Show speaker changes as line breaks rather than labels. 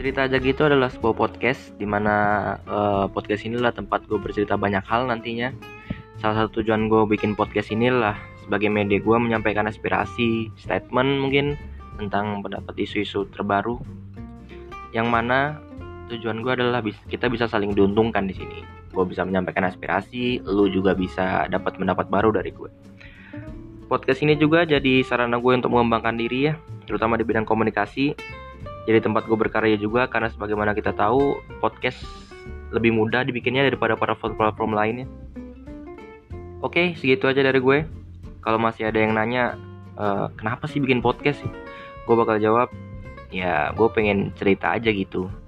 Cerita Aja Gitu adalah sebuah podcast di mana podcast inilah tempat gue bercerita banyak hal nantinya. Salah satu tujuan gue bikin podcast inilah sebagai media gue menyampaikan aspirasi, statement mungkin tentang pendapat isu-isu terbaru. Yang mana tujuan gue adalah kita bisa saling diuntungkan di sini. Gue bisa menyampaikan aspirasi, lu juga bisa dapat pendapat baru dari gue. Podcast ini juga jadi sarana gue untuk mengembangkan diri ya, terutama di bidang komunikasi. Jadi tempat gue berkarya juga karena sebagaimana kita tahu podcast lebih mudah dibikinnya daripada platform lainnya. Oke, segitu aja dari gue. Kalau masih ada yang nanya kenapa sih bikin podcast, gue bakal jawab ya gue pengen cerita aja gitu.